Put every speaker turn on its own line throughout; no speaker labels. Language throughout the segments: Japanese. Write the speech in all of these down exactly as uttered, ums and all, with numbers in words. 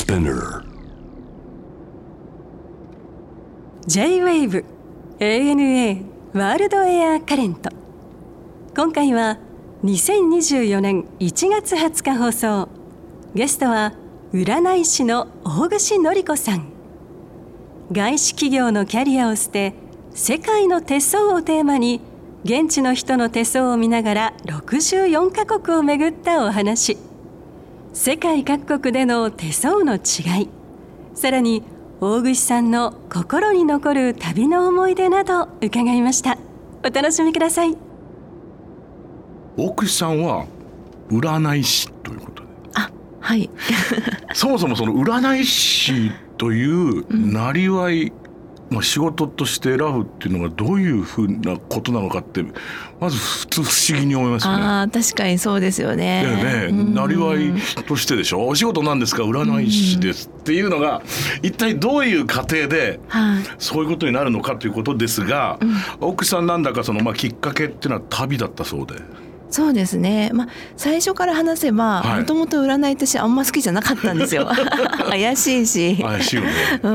Spinner
J-ウェーブ エーエヌエー ワールドエアカレント。今回はにせんにじゅうよねんいちがつはつか放送。ゲストは占い師の大串典子さん。外資企業のキャリアを捨て、世界の手相をテーマに現地の人の手相を見ながらろくじゅうよんカ国を巡ったお話。世界各国での手相の違い、さらに大串さんの心に残る旅の思い出など伺いました。お楽しみください。
大串さんは占い師ということで。
あ、はい。
そもそもその占い師というなりわい、うんまあ、仕事として選ぶっていうのがどういうふうなことなのかってまず普通不思議に思いますよね。
あ、確かにそうですよね。
でね、なりわいとしてでしょ。お仕事なんですか、占い師ですっていうのが一体どういう過程でそういうことになるのかということですが、奥さんなんだかそのまあきっかけっていうのは旅だったそうで。
そうですね、まあ、最初から話せばもともと占い私あんま好きじゃなかったんですよ。怪しいし
怪しいよね、
うん、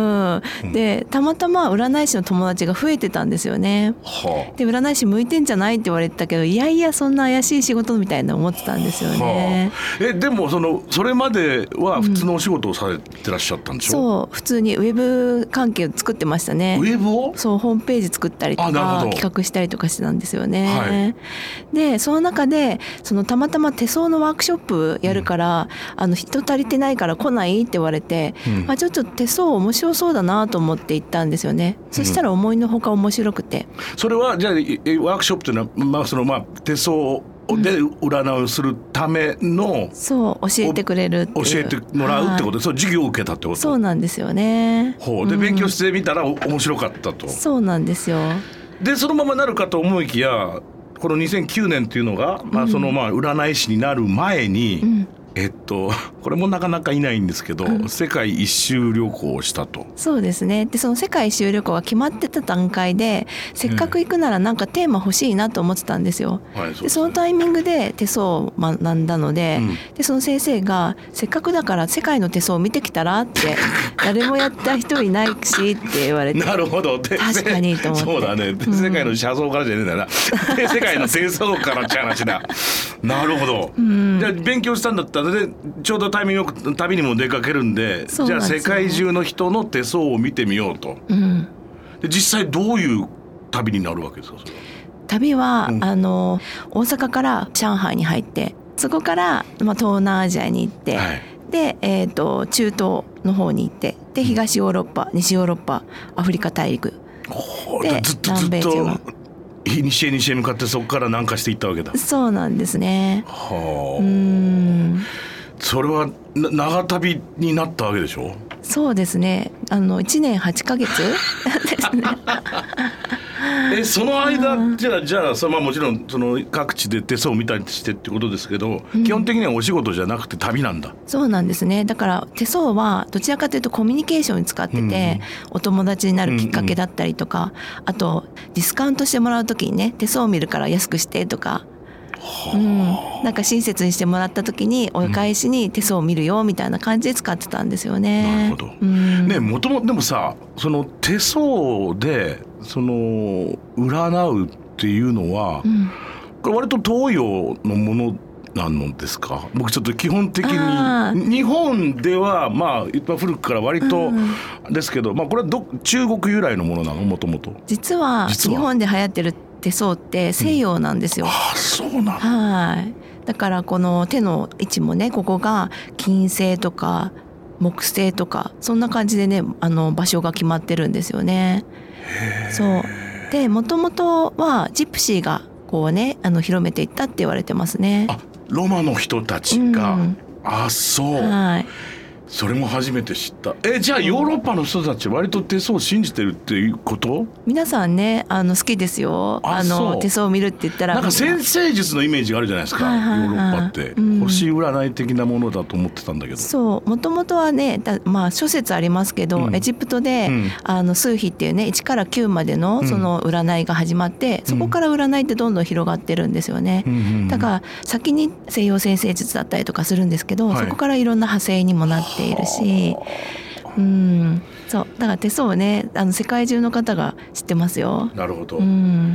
でたまたま占い師の友達が増えてたんですよね、はあ、で占い師向いてんじゃないって言われてたけど、いやいやそんな怪しい仕事みたいな思ってたんですよね、
はあ、えでもそのそれまでは普通のお仕事をされてらっしゃったんでしょ、うん、
そう普通にウェブ関係を作ってましたね。
ウェブを
そうホームページ作ったりとか企画したりとかしてたんですよね、はい、でその中でそのたまたま手相のワークショップやるから、うん、あの人足りてないから来ないって言われて、うん、あちょっと手相面白そうだなと思って行ったんですよね、うん、そしたら思いのほか面白くて。
それはじゃあワークショップというのは、まあそのまあ、手相で占いをするための、
うん、そう教えてくれるっていう
教えてもらうってことで、はい、そう授業を受けたってこと。
そうなんですよね。
ほうで、うん、勉強してみたら面白かったと。
そうなんですよ。
でそのままなるかと思いきやこのにせんきゅうねんっていうのが、まあ、そのまあ占い師になる前に、うん、えっとこれもなかなかいないんですけど、うん、世界一周旅行をしたと。
そうですね。でその世界一周旅行が決まってた段階でせっかく行くならなんかテーマ欲しいなと思ってたんですよ、はい、そうですね。でそのタイミングで手相を学んだので、うん、でその先生がせっかくだから世界の手相を見てきたらって誰もやった人いないしって言われて
なるほど。
確かにと思って。
そうだね、うん、世界の写相からじゃねえんだよな世界の手相からって話だなるほど、うん、じゃあ勉強したんだったらでちょうどタイミングよく旅にも出かけるんで、じゃあ世界中の人の手相を見てみようと、うん、で実際どういう旅になるわけですか。それは
旅は、うん、あの大阪から上海に入ってそこから、まあ、東南アジアに行って、はい、で、えーと、中東の方に行ってで東ヨーロッパ、うん、西ヨーロッパ、アフリカ大陸
でずっとずっと西へ西へ向かってそこから南下していったわけだ。
そうなんですね。
はあ。うーんそれは長旅になったわけでしょ。
そうですね。あのいちねんはちかげつですね。
えその間じゃあじゃあそれまあもちろんその各地で手相を見たりしてってことですけど、うん、基本的にはお仕事じゃなくて旅なんだ。
そうなんですね。だから手相はどちらかというとコミュニケーションに使ってて、うん、お友達になるきっかけだったりとか、うんうん、あとディスカウントしてもらうときにね手相を見るから安くしてとか。うん、なんか親切にしてもらった時にお返しに手相を見るよみたいな感じで使ってたんですよね。
なるほど、うん、ねもともとでもさその手相でその占うっていうのは、うん、これ割と東洋のものなのですか。僕ちょっと基本的に日本ではまあ古くから割とですけど、うんまあ、これはど中国由来のものなのもともと。
実は日本で流行ってる手相って西洋なんですよ、
うん、ああそうなんだ。
はいだからこの手の位置もねここが金星とか木星とかそんな感じでねあの場所が決まってるんですよね。そうでもともとはジプシーがこうねあの広めていったって言われてますね。
あロマの人たちが、うん、あそう、はいそれも初めて知った。えじゃあヨーロッパの人たち割と手相を信じてるっていうこと？
皆さんねあの好きですよ。ああの手相を見るって言ったら
なんか先生術のイメージがあるじゃないですか、はいはいはい、ヨーロッパって、うん、星占い的なものだと思ってたんだけど。
そうもともとはねだ、まあ、諸説ありますけど、うん、エジプトで、うん、あの数比っていうねいちからきゅうまでのその占いが始まって、うん、そこから占いってどんどん広がってるんですよね、うん、だから先に西洋先生術だったりとかするんですけど、はい、そこからいろんな派生にもなってているし、うん、そうだから手相ね、あの世界中の方が知ってますよ。
なるほど、
うん、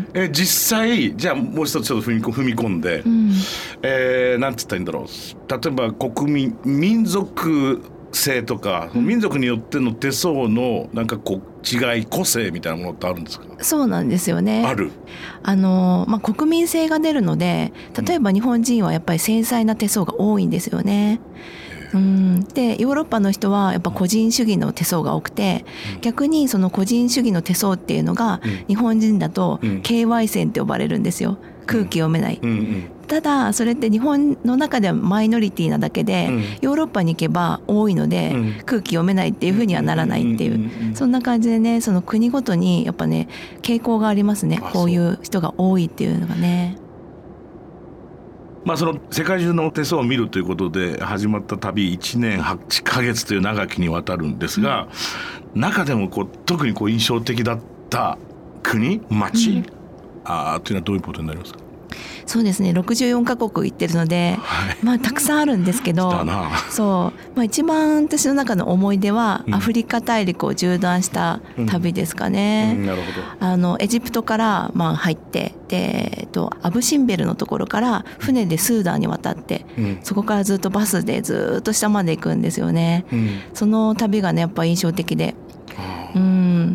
え実際じゃあもう一つちょっと踏み踏み込んで、うん、えー、なんて言ったらいいんだろう、例えば国民民族性とか、うん、民族によっての手相のなんかこう違い個性みたいなものってあるんですか？
そうなんですよね。
ある。
あの、まあ、国民性が出るので、例えば日本人はやっぱり繊細な手相が多いんですよね。うん、でヨーロッパの人はやっぱ個人主義の手相が多くて、うん、逆にその個人主義の手相っていうのが、うん、日本人だと ケーワイ 線って呼ばれるんですよ。空気読めない、うんうんうん、ただそれって日本の中ではマイノリティなだけで、うん、ヨーロッパに行けば多いので、うん、空気読めないっていうふうにはならないっていう、うんうんうん、そんな感じでね、その国ごとにやっぱね傾向がありますね。こういう人が多いっていうのがね。
まあ、その世界中の手相を見るということで始まった旅いちねんはちかげつという長きにわたるんですが、うん、中でもこう特にこう印象的だった国町、うん、あというのはどういうことになりますか？
そうですね、ろくじゅうよんカ国行ってるので、はい、まあたくさんあるんですけど、そう、まあ、一番私の中の思い出は、うん、アフリカ大陸を縦断した旅ですかね、うんうん、なるほど。あのエジプトからまあ入ってで、えっと、アブシンベルのところから船でスーダンに渡って、うん、そこからずっとバスでずっと下まで行くんですよね、うん、その旅がねやっぱ印象的で、うん、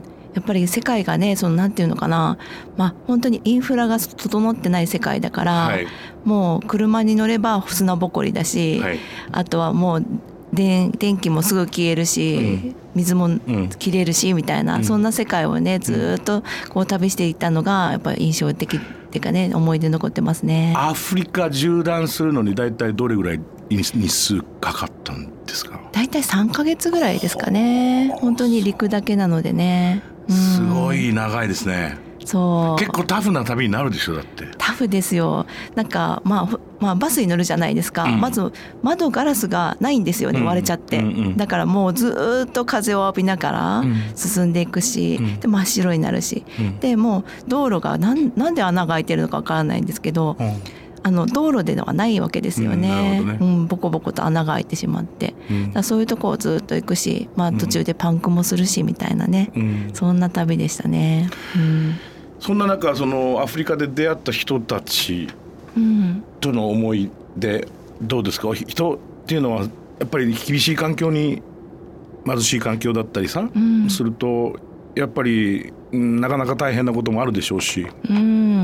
やっぱり世界がね、そのなんていうのかな、まあ本当にインフラが整ってない世界だから、はい、もう車に乗れば砂ぼこりだし、はい、あとはもう電, 電気もすぐ消えるし、うん、水も切れるしみたいな、うん、そんな世界をねずっとこう旅していったのがやっぱり印象的っていうかね、思い出残ってますね。
アフリカ縦断するのにだいたいどれぐらい日数かかったんですか？
だいたいさんかげつぐらいですかね。本当に陸だけなのでね、
うん、すごい長いですね。
そう
結構タフな旅になるでしょ。だって
タフですよ。なんか、まあ、まあバスに乗るじゃないですか、うん、まず窓ガラスがないんですよね、割れちゃって、うんうんうん、だからもうずっと風を浴びながら進んでいくし、うん、で真っ白になるし、うん、でもう道路がなん、なんで穴が開いてるのかわからないんですけど、うん、あの道路ではないわけですよね、うん、ね、うん、ボコボコと穴が開いてしまって、うん、だそういうとこをずっと行くし、まあ、途中でパンクもするしみたいなね、うん、そんな旅でしたね、うん、
そんな中そのアフリカで出会った人たちとの思いでどうですか？人っていうのはやっぱり厳しい環境に貧しい環境だったりさ、うん、するとやっぱりなかなか大変なこともあるでしょうし、うん、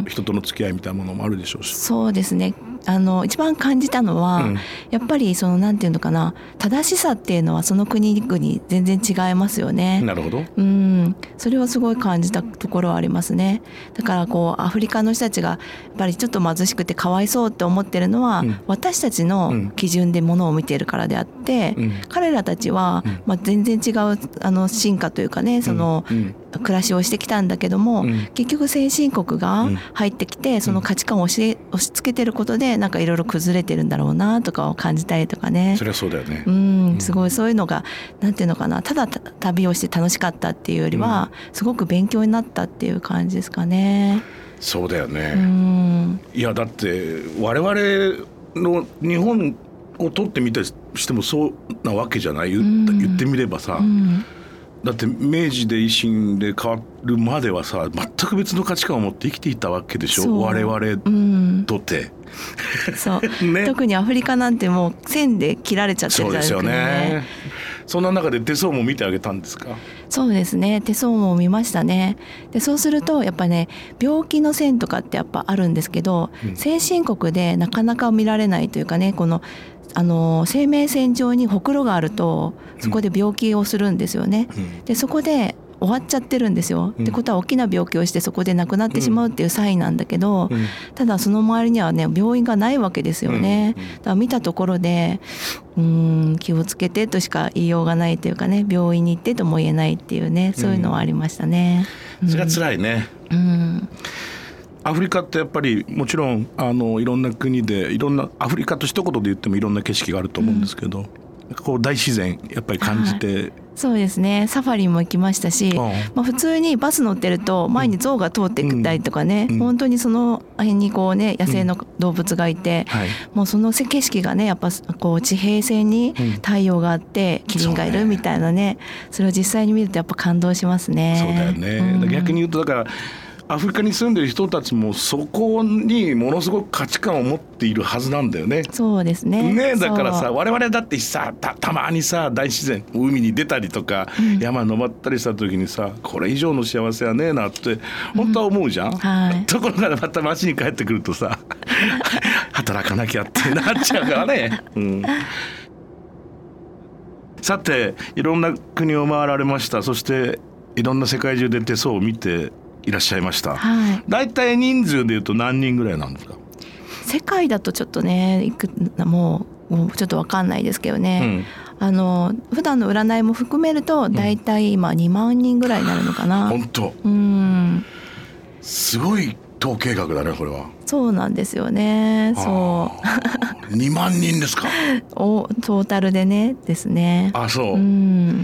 人との付き合いみたいなものもあるでしょうし。
そうですね、あの一番感じたのは、うん、やっぱりそのなんていうのかな、正しさっていうのはその国々全然違いますよね。
なるほど、
うん、それはすごい感じたところはありますね。だからこうアフリカの人たちがやっぱりちょっと貧しくてかわいそうって思ってるのは、うん、私たちの基準でものを見ているからであって、うん、彼らたちは、うん、まあ、全然違うあの進化というかね、その、うんうん暮らしをしてきたんだけども、うん、結局先進国が入ってきて、うん、その価値観を押し、押し付けてることでなんかいろいろ崩れてるんだろうなとかを感じたりとかね。
それはそうだよね、
うん、すごいそういうのがなんていうのかな、ただ旅をして楽しかったっていうよりは、うん、すごく勉強になったっていう感じですかね。
そうだよね、
うん、
いやだって我々の日本を取ってみたりしてもそうなわけじゃない、言った、うん、言ってみればさ、うんだって明治で維新で変わるまではさ全く別の価値観を持って生きていたわけでしょ、我々とて、
うん、そう、ね、特にアフリカなんてもう線で切られちゃってるじゃないですかね。そうですよね。
そんな中で手相も見てあげたんですか？
そうですね、手相も見ましたね。でそうするとやっぱね病気の線とかってやっぱあるんですけど、うん、先進国でなかなか見られないというかね、このあの生命線上にほくろがあるとそこで病気をするんですよね、うん、でそこで終わっちゃってるんですよ、うん、ってことは大きな病気をしてそこで亡くなってしまうっていうサインなんだけど、うん、ただその周りにはね病院がないわけですよね、うん、だから見たところでうーん気をつけてとしか言いようがないというかね、病院に行ってとも言えないっていうね、そういうのはありましたね、
うん、それは辛いね、うん、アフリカってやっぱりもちろんあのいろんな国でいろんなアフリカと一言で言ってもいろんな景色があると思うんですけど、うん、 こう大自然やっぱり感じて、はい、
そうですね。サファリも行きましたし、まあ、普通にバス乗ってると前に象が通ってきたりとかね、うん、本当にその辺にこうね野生の動物がいて、うんはい、もうその景色がねやっぱこう地平線に太陽があってキリンがいるみたいな ね, ねそれを実際に見るとやっぱ感動しますね。
そうだよね、うん、逆に言うとだからアフリカに住んでる人たちもそこにものすごく価値観を持っているはずなんだよね。
そうですね。
ねだからさ我々だってさ た, たまにさ大自然海に出たりとか、うん、山登ったりした時にさこれ以上の幸せはねえなって本当は思うじゃん、うんはい、ところがまた街に帰ってくるとさ働かなきゃってなっちゃうからね、うん、さていろんな国を回られました。そしていろんな世界中で手相を見ていらっしゃいました、はい、だいたい人数でいうと何人ぐらいなんですか？
世界だとちょっとねいくもう、もうちょっと分かんないですけどね、うん、あの普段の占いも含めるとだいたい今にまんにんぐらいになるのかな、
うん、本当
うん
すごい統計学だねこれは。
そうなんですよね。そう
にまんにんですか？
おトータルでねですね。
あそう、
うん、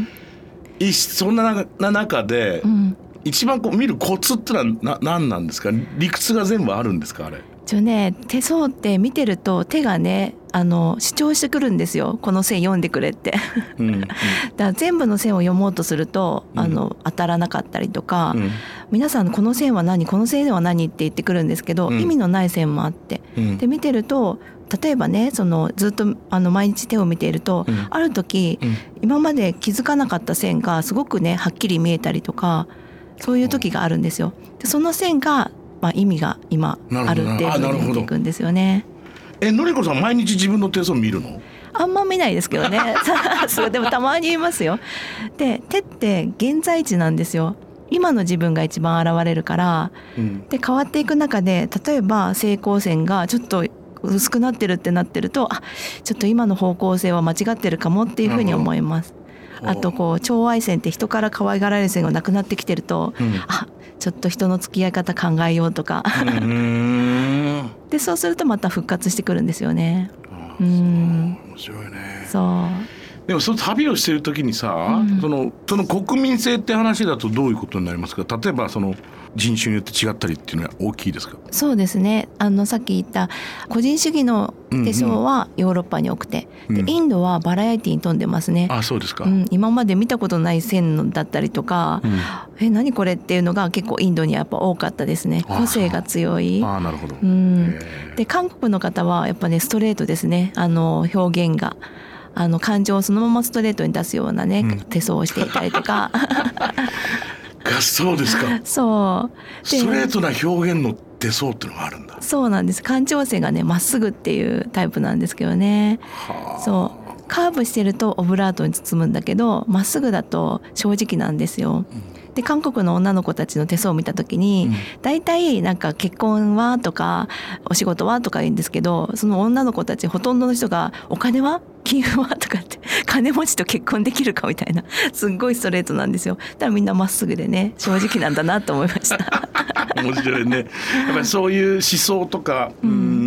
いそんな中で、うん一番こう見るコツってのはな何なんですか？理屈が全部あるんですか？あれ
一応ね手相って見てると手がねあの主張してくるんですよ。この線読んでくれって、うんうん、だから全部の線を読もうとするとあの、うん、当たらなかったりとか、うん、皆さんこの線は何この線は何って言ってくるんですけど、うん、意味のない線もあって、うん、で見てると例えばねそのずっとあの毎日手を見ていると、うん、ある時、うん、今まで気づかなかった線がすごくねはっきり見えたりとかそういう時があるんですよ。でその線が、まあ、意味が今あるっていうふうに見ていくんですよね。
えのりこさん毎日自分の手相見るの？
あんま見ないですけどねそうでもたまに言いますよ。で手って現在地なんですよ。今の自分が一番現れるから、うん、で変わっていく中で例えば平行線がちょっと薄くなってるってなってるとあちょっと今の方向性は間違ってるかもっていうふうに思います。あとこう寵愛線って人から可愛がられる線がなくなってきてると、うん、あちょっと人の付き合い方考えようとかうんでそうするとまた復活してくるんですよね。うん
面白いね。
そう
でもその旅をしてる時にさ、うん、そのその国民性って話だとどういうことになりますか？例えばその人種によって違ったりっていうのは大きいですか？
そうですね。あのさっき言った個人主義の手相はヨーロッパに多くて、うんうん、でインドはバラエティに富んでますね。
あ、そうですか、
うん、今まで見たことない線だったりとか、うん、え何これっていうのが結構インドにはやっぱ多かったですね。個性が強い。
ああなるほど、
うん、で韓国の方はやっぱねストレートですね。あの表現があの感情をそのままストレートに出すようなね、うん、手相をしていたりとか
がそうですか。
そう
ストレートな表現の手相っていうのがあるんだ。
そうなんです。感情線がねまっすぐっていうタイプなんですけどね。はあ、そうカーブしてるとオブラートに包むんだけどまっすぐだと正直なんですよ。うん、で韓国の女の子たちの手相を見た時に、うん、大体なんか結婚はとかお仕事はとか言うんですけどその女の子たちほとんどの人がお金は金運はとかって金持ちと結婚できるかみたいなすっごいストレートなんですよ。だからみんなまっすぐでね正直なんだなと思いました
面白いね。やっぱりそういう思想とか、うん、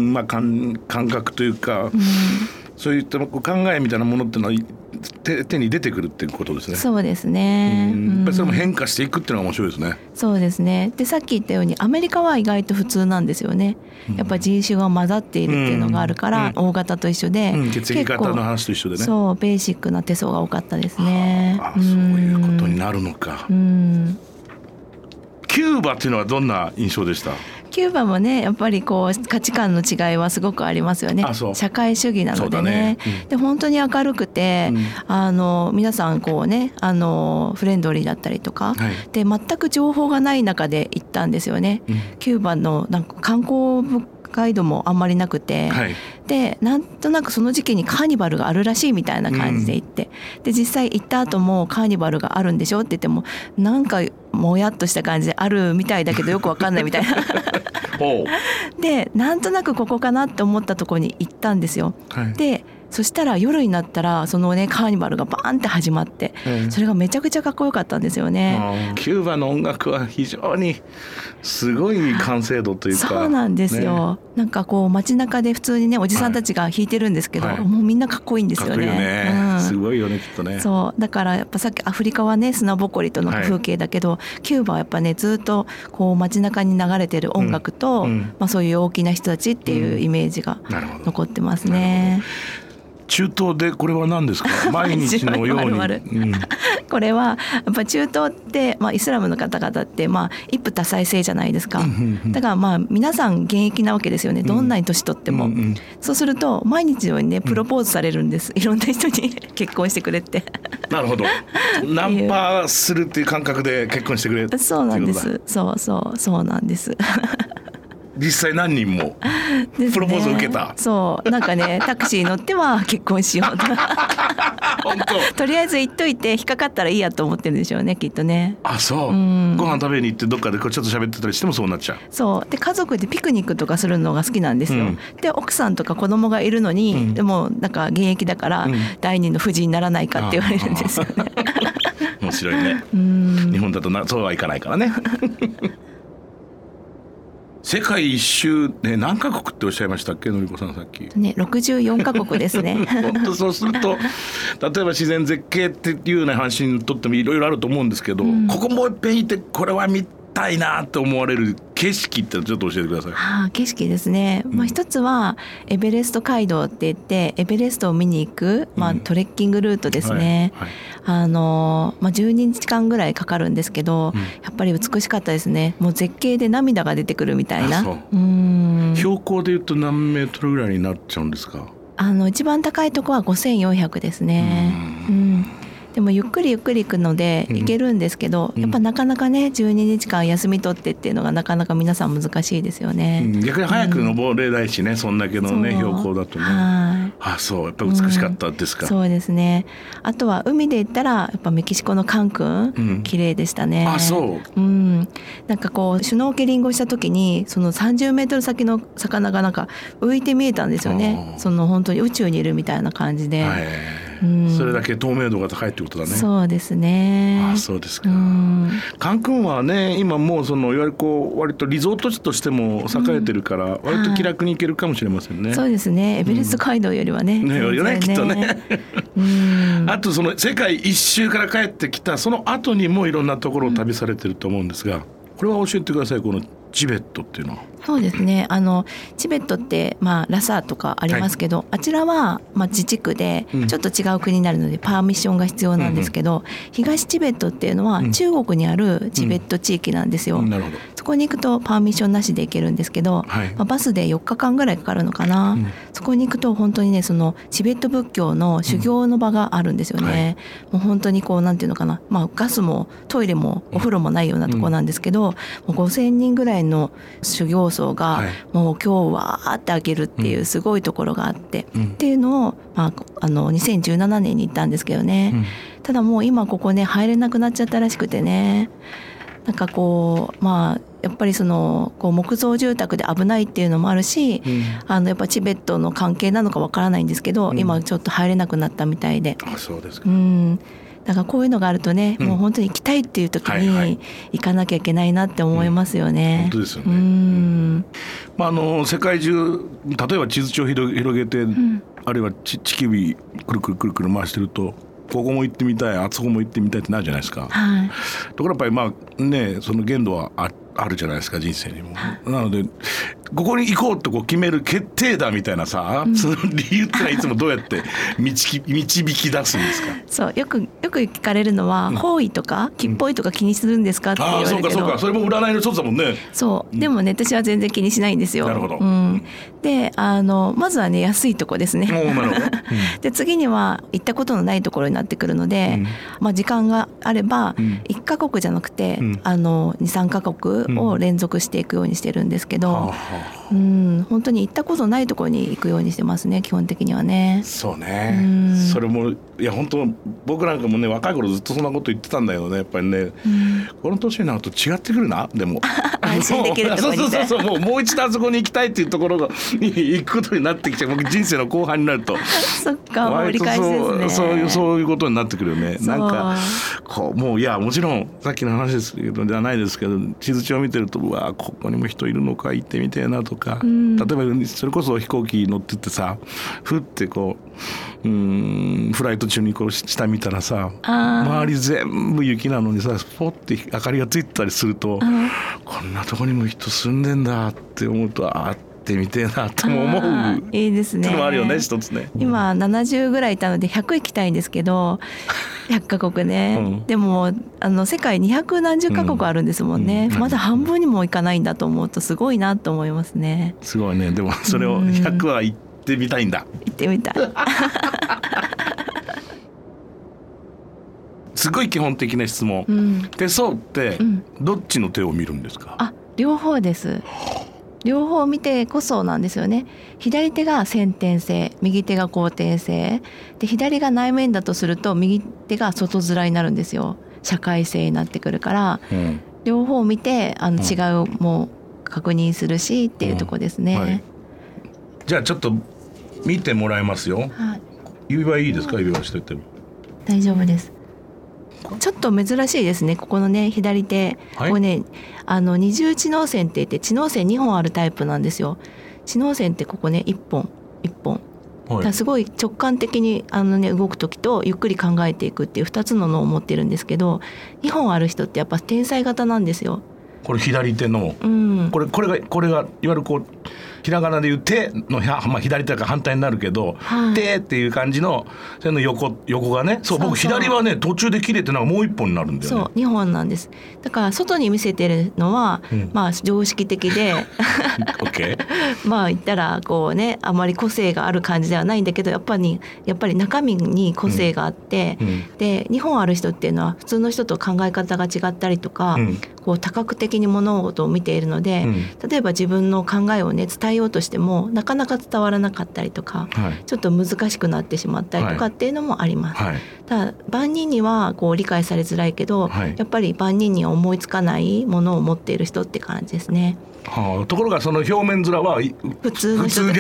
まあ感覚というか、うん、そういった考えみたいなものっていうのは手, 手に出てくるっていうことですね。
そうですね、
うん、やっぱりそれも変化していくっていうのが面白いですね。
そうですね。でさっき言ったようにアメリカは意外と普通なんですよね。やっぱり人種が混ざっているっていうのがあるから、うん、大型と一緒で、うん、
血液型の話と一緒でね。
そうベーシックな手相が多かったですね。
ああ、そういうことになるのか。うん、キューバっていうのはどんな印象でした？
キューバもねやっぱりこう価値観の違いはすごくありますよね。社会主義なので ね, ね、うん、で本当に明るくて、うん、あの皆さんこうねあのフレンドリーだったりとか、はい、で全く情報がない中で行ったんですよね。うん、キューバのなんか観光ガイドもあんまりなくて、はい、でなんとなくその時期にカーニバルがあるらしいみたいな感じで行って、うん、で実際行った後もカーニバルがあるんでしょって言ってもなんかもやっとした感じであるみたいだけどよくわかんないみたいなでなんとなくここかなって思ったところに行ったんですよ。はい、でそしたら夜になったらそのねカーニバルがバーンって始まって、うん、それがめちゃくちゃかっこよかったんですよね。
キューバの音楽は非常にすごい完成度というか、
そうなんですよ、ね、なんかこう街中で普通にねおじさんたちが弾いてるんですけど、はい、もうみんなかっこいいんですよね。
かっこいいよね、うん、すごいよねきっとね。
そうだからやっぱさっきアフリカはね砂ぼこりとの風景だけど、はい、キューバはやっぱねずっとこう街中に流れてる音楽と、うんうんまあ、そういう陽気な人たちっていうイメージが残ってますね。
中東でこれは何ですか？毎日のように
丸々、うん、これはやっぱ中東って、まあ、イスラムの方々って、まあ、一夫多妻制じゃないですか。だからまあ皆さん現役なわけですよね。どんなに年取っても、うんうん、そうすると毎日のようにねプロポーズされるんです。いろんな人に結婚してくれって
なるほどナンパするっていう感覚で結婚してくれって
そうなんです。そうそうそうなんです
実際何人もプロポーズを受けた、
ね、そうなんかねタクシー乗っては結婚しようと
本当
とりあえず言っといて引っかかったらいいやと思ってるんでしょうねきっとね。
あそう、うん、ご飯食べに行ってどっかでこうちょっと喋ってたりしてもそうなっちゃう。
そうで家族でピクニックとかするのが好きなんですよ、うん、で奥さんとか子供がいるのに、うん、でもなんか現役だから、うん、第二の夫人にならないかって言われるんですよね
面白いね。うん日本だとなそうはいかないからね世界一周、ね、何カ国っておっしゃいましたっけのりこさんさっき、
ね、ろくじゅうよんカ国ですね
本当そうすると例えば自然絶景っていうような話にとってもいろいろあると思うんですけど、うん、ここもう一遍いてこれは見たいなって思われる景色ってちょっと教えてください。
はあ、景色ですね、まあ、一つはエベレスト街道って言ってエベレストを見に行く、まあ、トレッキングルートですね、うんはいはい、あのまあ、じゅうににちかんぐらいかかるんですけど、うん、やっぱり美しかったですね。もう絶景で涙が出てくるみたいな。
そううん標高でいうと何メートルぐらいになっちゃうんですか？
あの一番高いところはごせんよんひゃくですね。うん、うんでもゆっくりゆっくり行くので行けるんですけど、うん、やっぱなかなかねじゅうににちかん休み取ってっていうのがなかなか皆さん難しいですよね、
うん、逆に早く登れないしね、うん、そんだけのね標高だとね。はいあそうやっぱ美しかったですか、
うん、そうですね。あとは海で言ったらやっぱメキシコのカンクン、うん、綺麗でしたね。
あそう、
うん、なんかこうシュノーケリングをした時にそのさんじゅうメートル先の魚がなんか浮いて見えたんですよね。その本当に宇宙にいるみたいな感じで、はい
うん、それだけ透明度が高いってことだね。
そうですね。
あそうですか、うん、カンクンはね今もうそのいわゆるこう割とリゾート地としても栄えてるから、うん、割と気楽に行けるかもしれませんね、
はい、そうですね。エベレスト街道よりはね、うん、
ねよりねきっとねうんあとその世界一周から帰ってきたその後にもいろんなところを旅されてると思うんですが、これは教えてください。このチベットっていうのは。
そうですね。あのチベットって、まあ、ラサーとかありますけど、はい、あちらは、まあ、自治区でちょっと違う国になるのでパーミッションが必要なんですけど、うんうん、東チベットっていうのは中国にあるチベット地域なんですよ、うんうん、なるほど。そこに行くとパーミッションなしで行けるんですけど、はいまあ、バスでよっかかんぐらいかかるのかな、うん、そこに行くと本当にねそのチベット仏教の修行の場があるんですよね、うんはい、もう本当にこうなんていうのかな、まあ、ガスもトイレもお風呂もないようなところなんですけど、うん、もうごせんにんぐらいの修行僧が、はい、もう今日はーってあげるっていうすごいところがあって、うん、っていうのを、まあ、あのにせんじゅうななねんに行ったんですけどね、うん、ただもう今ここね入れなくなっちゃったらしくてね、なんかこうまあやっぱりそのこう木造住宅で危ないっていうのもあるし、うん、あのやっぱチベットの関係なのかわからないんですけど、うん、今ちょっと入れなくなったみたいで。
あそうですか、
うんだからこういうのがあるとね、うん、もう本当に行きたいっていう時に行かなきゃいけないなって思いますよね、
うん、本当ですよね、うんまあ、あの世界中例えば地図帳を広げて、うん、あるいは地球儀くるくるくるくる回してるとここも行ってみたいあそこも行ってみたいってなるじゃないですか、はい、ところがやっぱりまあねその限度はああるじゃないですか人生にも、はい、なのでここに行こうとこう決める決定打みたいなさ、うん、その理由ってのはいつもどうやって導き、導き出すんですか？
そうよくよく聞かれるのは、うん、方位とか吉方位とか気にするんですかって言われるけど、
あそうかそうかそれも占いの一つだもんね。
そう、うん、でもね私は全然気にしないんですよ。
なるほど、
うん、であのまずはね安いとこですね。
なるほど、うん、
で次には行ったことのないところになってくるので、うんまあ、時間があればいっかこくじゃなくて、うん、あのにさんかこくを連続していくようにしてるんですけど、
はあはあ、
うん本当に行ったことないところに行くようにしてますね基本的にはね。
そうね、
うん、
それもいや本当僕なんかもね若い頃ずっとそんなこと言ってたんだけどねやっぱりね、うん、この年になると違ってくるなでも
安心できるところに
そうそうそうもうもう一度あそこに行きたいっていうところがに行くことになってきて僕人生の後半になると
そっかもう折り返しですね。
そういうそういうことになってくるよね。なんかこうもういやもちろんさっきの話ですけどじゃないですけど地図帳を見てるとうわここにも人いるのか行ってみてえなとか、うん、例えばそれこそ飛行機乗ってってさふってこううーんフライト中にこう下見たらさ周り全部雪なのにさスポッて明かりがついてたりするとこんなとこにも人住んでんだって思うとあってみてえなとも思う
いいですね。
のもあるよね一つね。
今ななじゅうぐらいいたのでひゃく行きたいんですけどひゃっカ国ね、うん、でもあの世界にひゃくなんじゅうカ国あるんですもんね、うんうん、まだ半分にもいかないんだと思うとすごいなと思いますね。
すごいね。でもそれをひゃくは行ってみたいんだ、
うん、行ってみたい
すごい基本的な質問、うん、手相ってどっちの手を見るんですか？
あ、両方です。両方見てこそなんですよね。左手が先天性、右手が後天性で、左が内面だとすると右手が外面になるんですよ。社会性になってくるから、うん、両方見てあの違うも確認するしっていうところですね、うんはい、
じゃあちょっと見てもらいますよ、はい、指輪いいですか？指輪してても
大丈夫です。ちょっと珍しいですねここのね左手、はい、ここねあの二重知能線って言って知能線にほんあるタイプなんですよ。知能線ってここねいっぽんいっぽん、はい、だからすごい直感的にあの、ね、動く時とゆっくり考えていくっていうふたつの脳を持ってるんですけどにほんある人ってやっぱ天才型なんですよ。
これ左手の、うん、これこれがこれがいわゆるこうひらがなでいう手の、まあ、左手が反対になるけど、はい、手っていう感じのその 横, 横がねそう僕左はね途中で切れてなんかもういっぽんになるんだよね。
そうにほんなんです。だから外に見せてるのは、うん、まあ常識的でまあ言ったらこうねあまり個性がある感じではないんだけどやっぱりやっぱり中身に個性があって、うんうん、でにほんある人っていうのは普通の人と考え方が違ったりとか、うん、こう多角的に物事を見ているので、うん、例えば自分の考えをね伝えようとしてもなかなか伝わらなかったりとか、はい、ちょっと難しくなってしまったりとかっていうのもあります、はい、ただ万人にはこう理解されづらいけど、はい、やっぱり万人には思いつかないものを持っている人って感じですね、
はあ、ところがその表面面は
普通の人で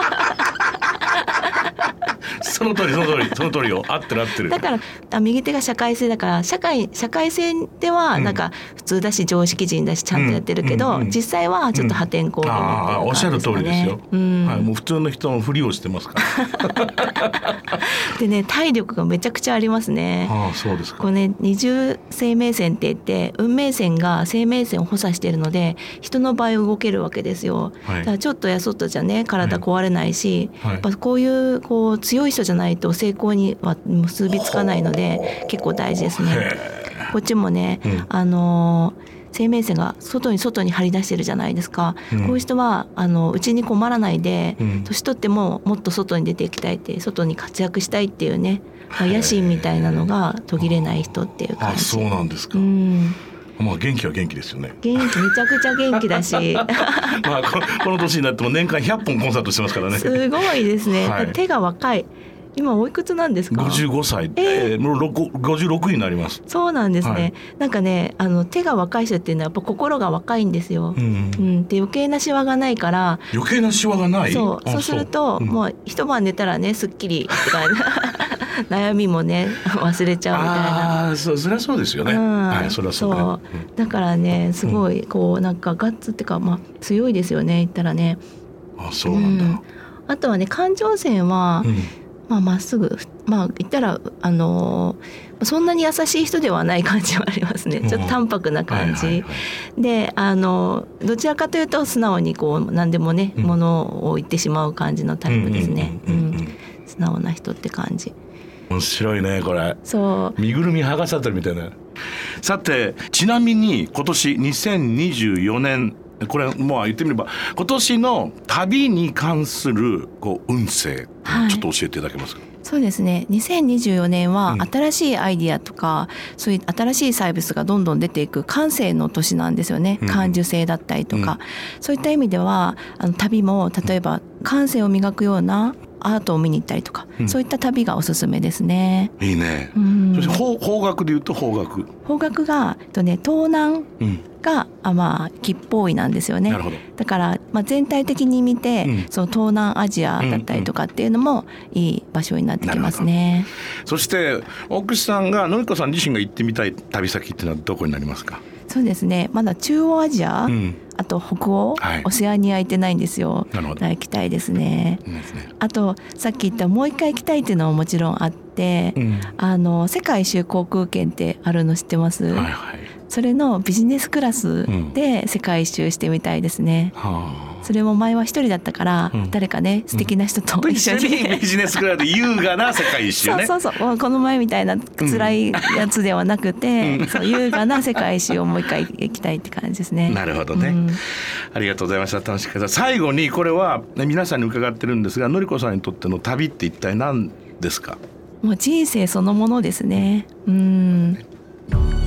その通りその通りその通りよ合ってる合ってる。
だから右手が社会性だから社会社会性ではなんか普通だし常識人だしちゃんとやってるけど、うんうんうん、実際はちょっと破天荒気味っていう感じですかね、
あおっしゃる通りですよ、うんはい、もう普通の人のふりをしてますから
でね体力がめちゃくちゃありますね。
ああそうですか。
これね二重生命線って言って運命線が生命線を補佐しているので人の場合動けるわけですよ、はい、だからちょっとやそっとじゃね体壊れないし、はい、やっぱこういうこう強い人じゃないと成功には結びつかないので結構大事ですね。こっちもね、うん、あの生命線が外に外に張り出してるじゃないですか、うん、こういう人はあのうちに困らないで、うん、年取ってももっと外に出ていきたいって外に活躍したいっていうね、まあ、野心みたいなのが途切れない人っていう感じ。
あ、そうなんですか、うんまあ、元気は元気ですよね。
元気めちゃくちゃ元気だしま
あ こ, この年になっても年間ひゃっぽんコンサートしてますからね。
すごいですね、はい、手が若い。今おいくつなんですか？
ごじゅうごさい、えーえー、もうごじゅうろくになります。
そうなんですね、はい、なんかねあの手が若い人っていうのはやっぱ心が若いんですよ、うんうん、で余計なシワがないから
余計なシワがない
そうそうすると、うん、もう一晩寝たらねすっきりって感じ悩みもね忘れちゃうみたいな。
あそ, そりゃそうですよね、うんはい、そりゃそうね、そう
だからねすごいこうなんかガッツっていうか、まあ、強いですよね言ったらね。
あそうなんだ、うん、
あとはね感情線は、うんまあ、まっすぐまあ言ったらあのー、そんなに優しい人ではない感じはありますね。ちょっと淡白な感じ、はいはいはい、であのどちらかというと素直にこう何でもね、うん、ものを言ってしまう感じのタイプですね。素直な人って感じ。
面白いねこれ。
そう
身ぐるみ剥がされてるみたいな。さてちなみに今年にせんにじゅうよねんこれもう言ってみれば今年の旅に関するこう運勢、はい、ちょっと教えていただけますか？
そうですね、にせんにじゅうよねんは
うん
新しいアイディアとか、そういう新しいサービスがどんどん出ていく感性の年なんですよね。
うん
感受性だったりとか、そういった意味ではあの旅も例えば感性を磨くようなアートを見に行ったりとか、
うん
そういった旅がおすすめですね。
いいね。
うん
そして方方角で言うと方角。
方角がえっとね東南
うん。
があまあ吉方位なんですよね。
なるほど。
だから、まあ、全体的に見て、
うん
その東南アジアだったりとかっていうのもいい場所になってきますね。
そして大櫛さんがのりこさん自身が行ってみたい旅先っていうのはどこになりますか？
そうですね、まだ中央アジア、
うん。
あと北欧、
はい
オセアニア行ってないんですよ。
なるほど
だから行きたいですね。
いいですね。
あとさっき言ったもう一回行きたいっていうのももちろんあって、
うん。
あの世界一周航空券ってあるの知ってます？
はいはい。
それのビジネスクラスで世界一周してみたいですね。
はあ。
それも前は一人だったから、
うん
誰かね素敵な人と一緒に、
ビジネスクラスで優雅な世界一周ね。
そうそうそう、もうこの前みたいな辛いやつではなくて、
うん
そう優雅な世界一周をもう一回行きたいって感じですね。
なるほどね、
うん
ありがとうございました。楽しかった。最後にこれは、ね、皆さんに伺ってるんですが、のりこさんにとっての旅って一体何ですか？
もう人生そのものですね。うん。